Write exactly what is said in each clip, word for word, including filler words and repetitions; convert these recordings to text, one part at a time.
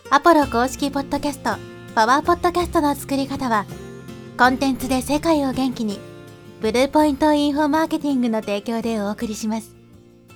アポロ公式ポッドキャスト、パワーポッドキャストの作り方は、コンテンツで世界を元気に、ブルーポイントインフォマーケティングの提供でお送りします。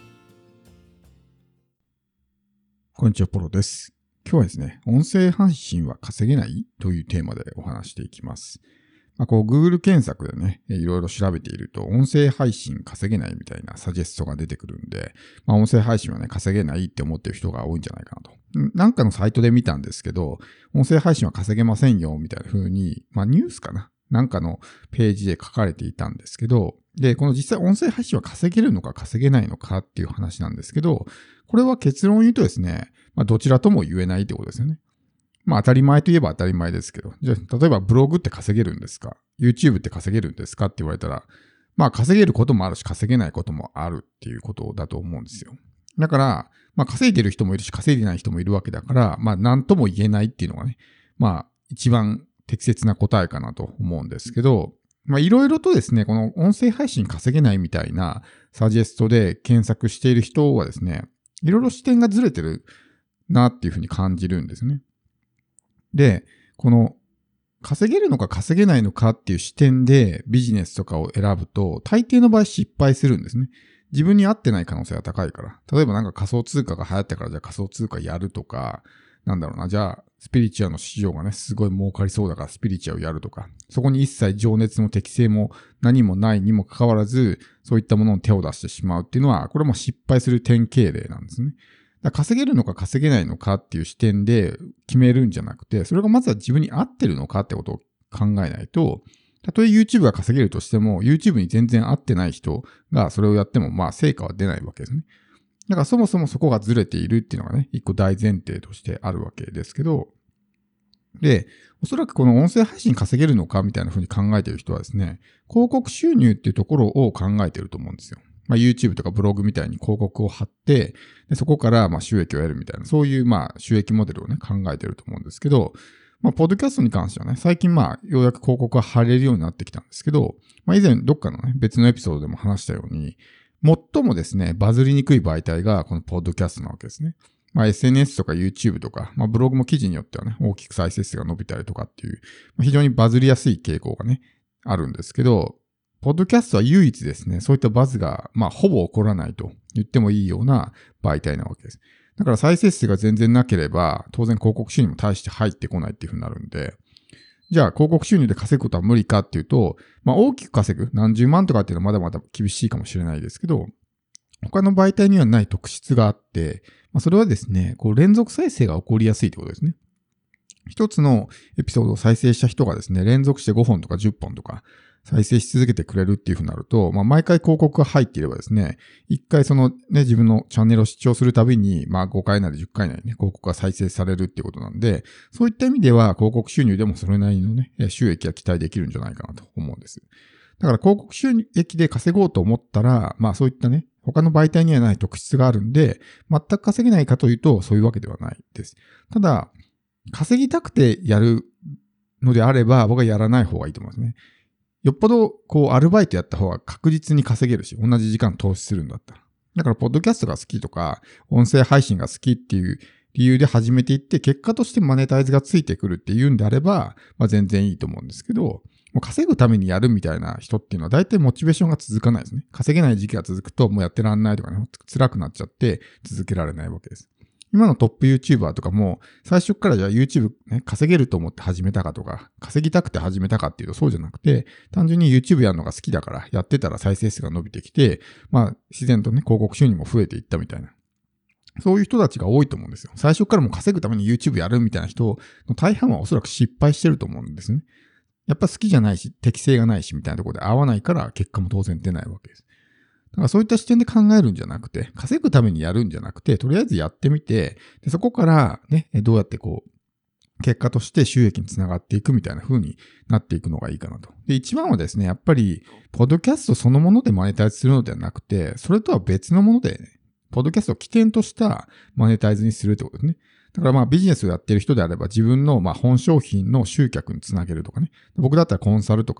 こんにちは、ポロです。今日はですね、音声配信は稼げないというテーマでお話していきます。まあ、こう Google 検索でね、いろいろ調べていると、音声配信稼げないみたいなサジェストが出てくるんで、まあ、音声配信はね、稼げないって思ってる人が多いんじゃないかなと。なんかのサイトで見たんですけど、音声配信は稼げませんよ、みたいな風に、まあニュースかななんかのページで書かれていたんですけど、で、この実際音声配信は稼げるのか稼げないのかっていう話なんですけど、これは結論を言うとですね、まあどちらとも言えないってことですよね。まあ当たり前といえば当たり前ですけど、じゃあ例えばブログって稼げるんですか ?YouTube って稼げるんですかって言われたら、まあ稼げることもあるし稼げないこともあるっていうことだと思うんですよ。だから、まあ稼いでる人もいるし稼いでない人もいるわけだから、まあ何とも言えないっていうのがね、まあ一番適切な答えかなと思うんですけど、まあいろいろとですね、この音声配信稼げないみたいなサジェストで検索している人はですね、いろいろ視点がずれてるなっていうふうに感じるんですね。で、この稼げるのか稼げないのかっていう視点でビジネスとかを選ぶと、大抵の場合失敗するんですね。自分に合ってない可能性が高いから。例えばなんか仮想通貨が流行ったからじゃあ仮想通貨やるとか、なんだろうな、じゃあスピリチュアルの市場がね、すごい儲かりそうだからスピリチュアルやるとか、そこに一切情熱も適性も何もないにもかかわらず、そういったものに手を出してしまうっていうのは、これも失敗する典型例なんですね。だから稼げるのか稼げないのかっていう視点で決めるんじゃなくて、それがまずは自分に合ってるのかってことを考えないと、たとえ YouTube が稼げるとしても、YouTube に全然合ってない人がそれをやっても、まあ成果は出ないわけですね。だからそもそもそこがずれているっていうのがね、一個大前提としてあるわけですけど、で、おそらくこの音声配信稼げるのかみたいな風に考えている人はですね、広告収入っていうところを考えていると思うんですよ。まあ、YouTube とかブログみたいに広告を貼って、でそこからまあ収益を得るみたいな、そういうまあ収益モデルをね、考えていると思うんですけど、まあ、ポッドキャストに関してはね、最近まあ、ようやく広告が貼れるようになってきたんですけど、まあ、以前どっかのね、別のエピソードでも話したように、最もですね、バズりにくい媒体がこのポッドキャストなわけですね。まあ、エスエヌエス とか YouTube とか、まあ、ブログも記事によってはね、大きく再生数が伸びたりとかっていう、まあ、非常にバズりやすい傾向がね、あるんですけど、ポッドキャストは唯一ですね、そういったバズが、まあ、ほぼ起こらないと言ってもいいような媒体なわけです。だから再生数が全然なければ、当然広告収入も大して入ってこないっていう風になるんで、じゃあ広告収入で稼ぐことは無理かっていうと、まあ大きく稼ぐ、何十万とかっていうのはまだまだ厳しいかもしれないですけど、他の媒体にはない特質があって、まあ、それはですね、こう連続再生が起こりやすいってことですね。一つのエピソードを再生した人がですね、連続してごほんとかじゅっぽんとか再生し続けてくれるっていう風になると、まあ毎回広告が入っていればですね、一回そのね、自分のチャンネルを視聴するたびに、まあごかいなりじゅっかいなりね、広告が再生されるっていうことなんで、そういった意味では広告収入でもそれなりのね、収益が期待できるんじゃないかなと思うんです。だから広告収益で稼ごうと思ったら、まあそういったね、他の媒体にはない特質があるんで、全く稼げないかというとそういうわけではないです。ただ、稼ぎたくてやるのであれば、僕はやらない方がいいと思いますね。よっぽど、こう、アルバイトやった方が確実に稼げるし、同じ時間投資するんだったら。だから、ポッドキャストが好きとか、音声配信が好きっていう理由で始めていって、結果としてマネタイズがついてくるっていうんであれば、まあ全然いいと思うんですけど、もう稼ぐためにやるみたいな人っていうのは大体モチベーションが続かないですね。稼げない時期が続くともうやってらんないとかね、辛くなっちゃって続けられないわけです。今のトップ YouTuber とかも、最初からじゃあ YouTube ね、稼げると思って始めたかとか、稼ぎたくて始めたかっていうとそうじゃなくて、単純に YouTube やるのが好きだから、やってたら再生数が伸びてきて、まあ自然とね、広告収入も増えていったみたいな。そういう人たちが多いと思うんですよ。最初からもう稼ぐために YouTube やるみたいな人の大半はおそらく失敗してると思うんですね。やっぱ好きじゃないし、適性がないしみたいなところで合わないから結果も当然出ないわけです。だからそういった視点で考えるんじゃなくて、稼ぐためにやるんじゃなくて、とりあえずやってみて、でそこからね、どうやってこう、結果として収益につながっていくみたいな風になっていくのがいいかなと。で、一番はですね、やっぱり、ポッドキャストそのものでマネタイズするのではなくて、それとは別のもので、ね、ポッドキャストを起点としたマネタイズにするってことですね。だからまあビジネスをやってる人であれば自分のまあ本商品の集客につなげるとかね。僕だったらコンサルとか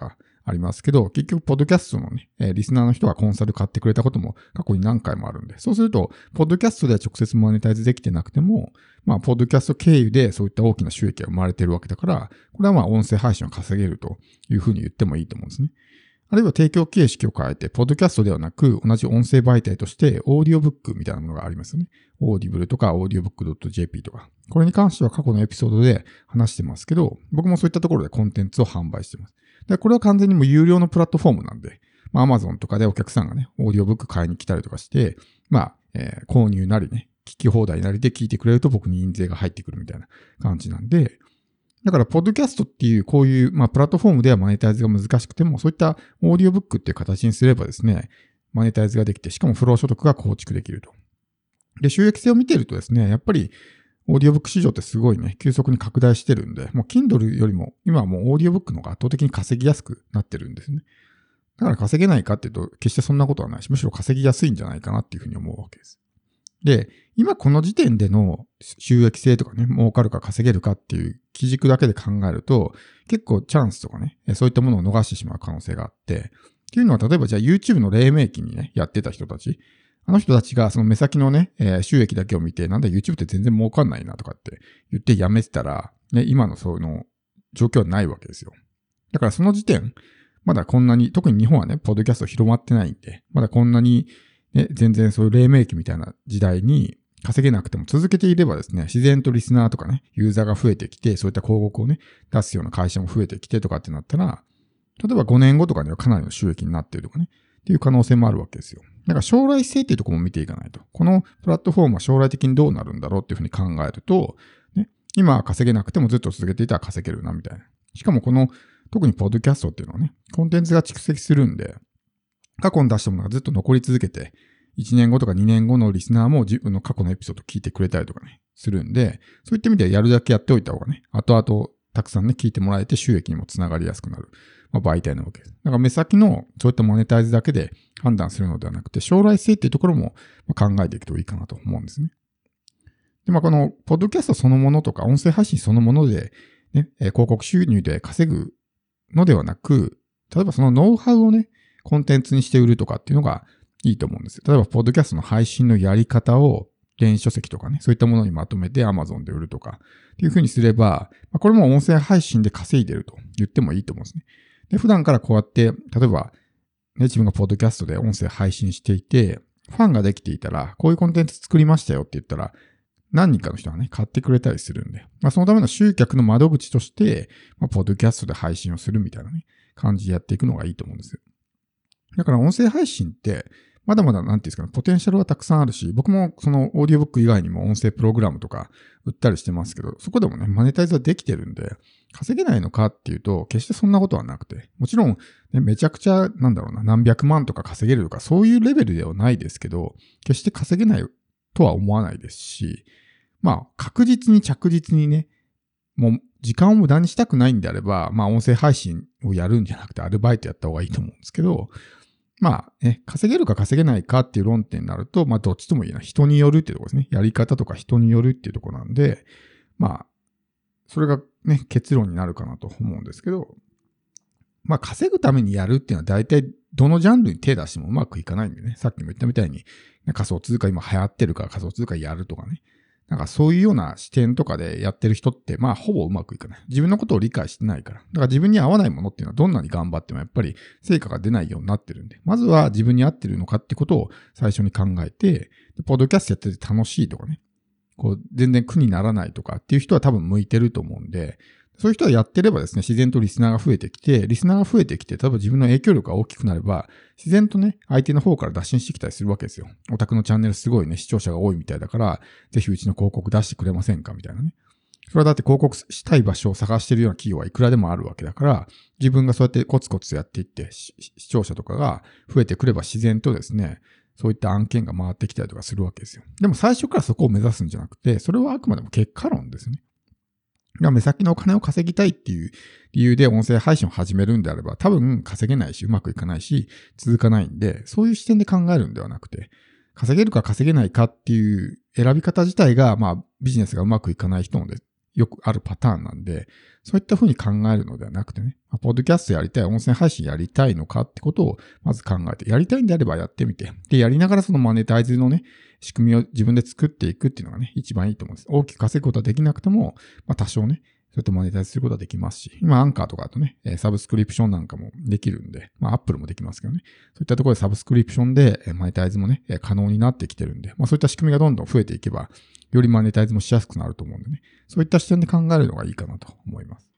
ありますけど、結局、ポッドキャストのね、えー、リスナーの人がコンサル買ってくれたことも過去に何回もあるんで、そうすると、ポッドキャストでは直接マネタイズできてなくても、まあ、ポッドキャスト経由でそういった大きな収益が生まれているわけだから、これはまあ、音声配信を稼げるというふうに言ってもいいと思うんですね。あるいは提供形式を変えて、ポッドキャストではなく、同じ音声媒体として、オーディオブックみたいなものがありますよね。オーディブルとか、オーディオブック ドット ジェーピー とか。これに関しては過去のエピソードで話してますけど、僕もそういったところでコンテンツを販売してます。で、これは完全にもう有料のプラットフォームなんで、まあ、Amazon とかでお客さんがね、オーディオブック買いに来たりとかして、まあ、えー、購入なりね、聞き放題なりで聞いてくれると僕に印税が入ってくるみたいな感じなんで、だから、ポッドキャストっていう、こういう、まあ、プラットフォームではマネタイズが難しくても、そういったオーディオブックっていう形にすればですね、マネタイズができて、しかも不労所得が構築できると。で、収益性を見てるとですね、やっぱり、オーディオブック市場ってすごいね、急速に拡大してるんで、もう Kindle よりも、今はもうオーディオブックの方が圧倒的に稼ぎやすくなってるんですね。だから稼げないかっていうと、決してそんなことはないし、むしろ稼ぎやすいんじゃないかなっていうふうに思うわけです。で、今この時点での収益性とかね、儲かるか稼げるかっていう基軸だけで考えると、結構チャンスとかね、そういったものを逃してしまう可能性があって、っていうのは例えばじゃあ YouTube の黎明期にね、やってた人たち、あの人たちがその目先のね、えー、収益だけを見て、なんだ YouTube って全然儲かんないなとかって言ってやめてたら、ね、今のその状況はないわけですよ。だからその時点、まだこんなに、特に日本はね、ポッドキャスト広まってないんで、まだこんなにね、全然そういう黎明期みたいな時代に稼げなくても続けていればですね、自然とリスナーとかね、ユーザーが増えてきて、そういった広告をね、出すような会社も増えてきてとかってなったら、例えばごねんごとかにはかなりの収益になっているとかね、っていう可能性もあるわけですよ。だから将来性っていうところも見ていかないと。このプラットフォームは将来的にどうなるんだろうっていうふうに考えると、ね、今は稼げなくてもずっと続けていたら稼げるなみたいな。しかもこの、特にポッドキャストっていうのはね、コンテンツが蓄積するんで、過去に出したものがずっと残り続けて、いちねんごとかにねんごのリスナーも自分の過去のエピソード聞いてくれたりとかね、するんで、そういった意味ではやるだけやっておいた方がね、後々たくさんね、聞いてもらえて収益にもつながりやすくなる、まあ、媒体なわけです。だから目先のそういったモネタイズだけで判断するのではなくて、将来性っていうところも考えていくといいかなと思うんですね。で、まあこの、ポッドキャストそのものとか、音声配信そのもので、ね、広告収入で稼ぐのではなく、例えばそのノウハウをね、コンテンツにして売るとかっていうのがいいと思うんですよ。例えば、ポッドキャストの配信のやり方を電子書籍とかね、そういったものにまとめて Amazon で売るとかっていう風にすれば、これも音声配信で稼いでると言ってもいいと思うんですね。で、普段からこうやって、例えば、ね、自分がポッドキャストで音声配信していて、ファンができていたら、こういうコンテンツ作りましたよって言ったら、何人かの人がね、買ってくれたりするんで、まあ、そのための集客の窓口として、まあ、ポッドキャストで配信をするみたいなね、感じでやっていくのがいいと思うんですよ。だから音声配信って、まだまだなんていうんですかね、ポテンシャルはたくさんあるし、僕もそのオーディオブック以外にも音声プログラムとか売ったりしてますけど、そこでもね、マネタイズはできてるんで、稼げないのかっていうと、決してそんなことはなくて、もちろん、ね、めちゃくちゃ、なんだろうな、何百万とか稼げるとか、そういうレベルではないですけど、決して稼げないとは思わないですし、まあ、確実に着実にね、もう時間を無駄にしたくないんであれば、まあ音声配信をやるんじゃなくてアルバイトやった方がいいと思うんですけど、まあね、稼げるか稼げないかっていう論点になると、まあどっちとも言えない。人によるっていうところですね。やり方とか人によるっていうところなんで、まあ、それがね、結論になるかなと思うんですけど、まあ稼ぐためにやるっていうのは大体どのジャンルに手出してもうまくいかないんでね。さっきも言ったみたいに、仮想通貨今流行ってるから仮想通貨やるとかね。なんかそういうような視点とかでやってる人って、まあほぼうまくいかない。自分のことを理解してないから。だから自分に合わないものっていうのはどんなに頑張ってもやっぱり成果が出ないようになってるんで、まずは自分に合ってるのかってことを最初に考えて、ポッドキャストやってて楽しいとかね、こう全然苦にならないとかっていう人は多分向いてると思うんで、そういう人はやってればですね、自然とリスナーが増えてきて、リスナーが増えてきて、例えば自分の影響力が大きくなれば、自然とね、相手の方から脱進してきたりするわけですよ。お宅のチャンネルすごいね、視聴者が多いみたいだから、ぜひうちの広告出してくれませんかみたいなね。それはだって広告したい場所を探してるような企業はいくらでもあるわけだから、自分がそうやってコツコツやっていって、視聴者とかが増えてくれば自然とですね、そういった案件が回ってきたりとかするわけですよ。でも最初からそこを目指すんじゃなくて、それはあくまでも結果論ですね。目先のお金を稼ぎたいっていう理由で音声配信を始めるんであれば、多分稼げないし、うまくいかないし、続かないんで、そういう視点で考えるんではなくて、稼げるか稼げないかっていう選び方自体が、まあビジネスがうまくいかない人のよくあるパターンなんで、そういったふうに考えるのではなくてね、ポッドキャストやりたい、音声配信やりたいのかってことをまず考えて、やりたいんであればやってみて、で、やりながらそのマネタイズのね、仕組みを自分で作っていくっていうのがね、一番いいと思うんです。大きく稼ぐことはできなくても、まあ多少ね、そういったマネタイズすることはできますし、今アンカーとかだとね、サブスクリプションなんかもできるんで、まあアップルもできますけどね、そういったところでサブスクリプションでマネタイズもね、可能になってきてるんで、まあそういった仕組みがどんどん増えていけば、よりマネタイズもしやすくなると思うんでね、そういった視点で考えるのがいいかなと思います。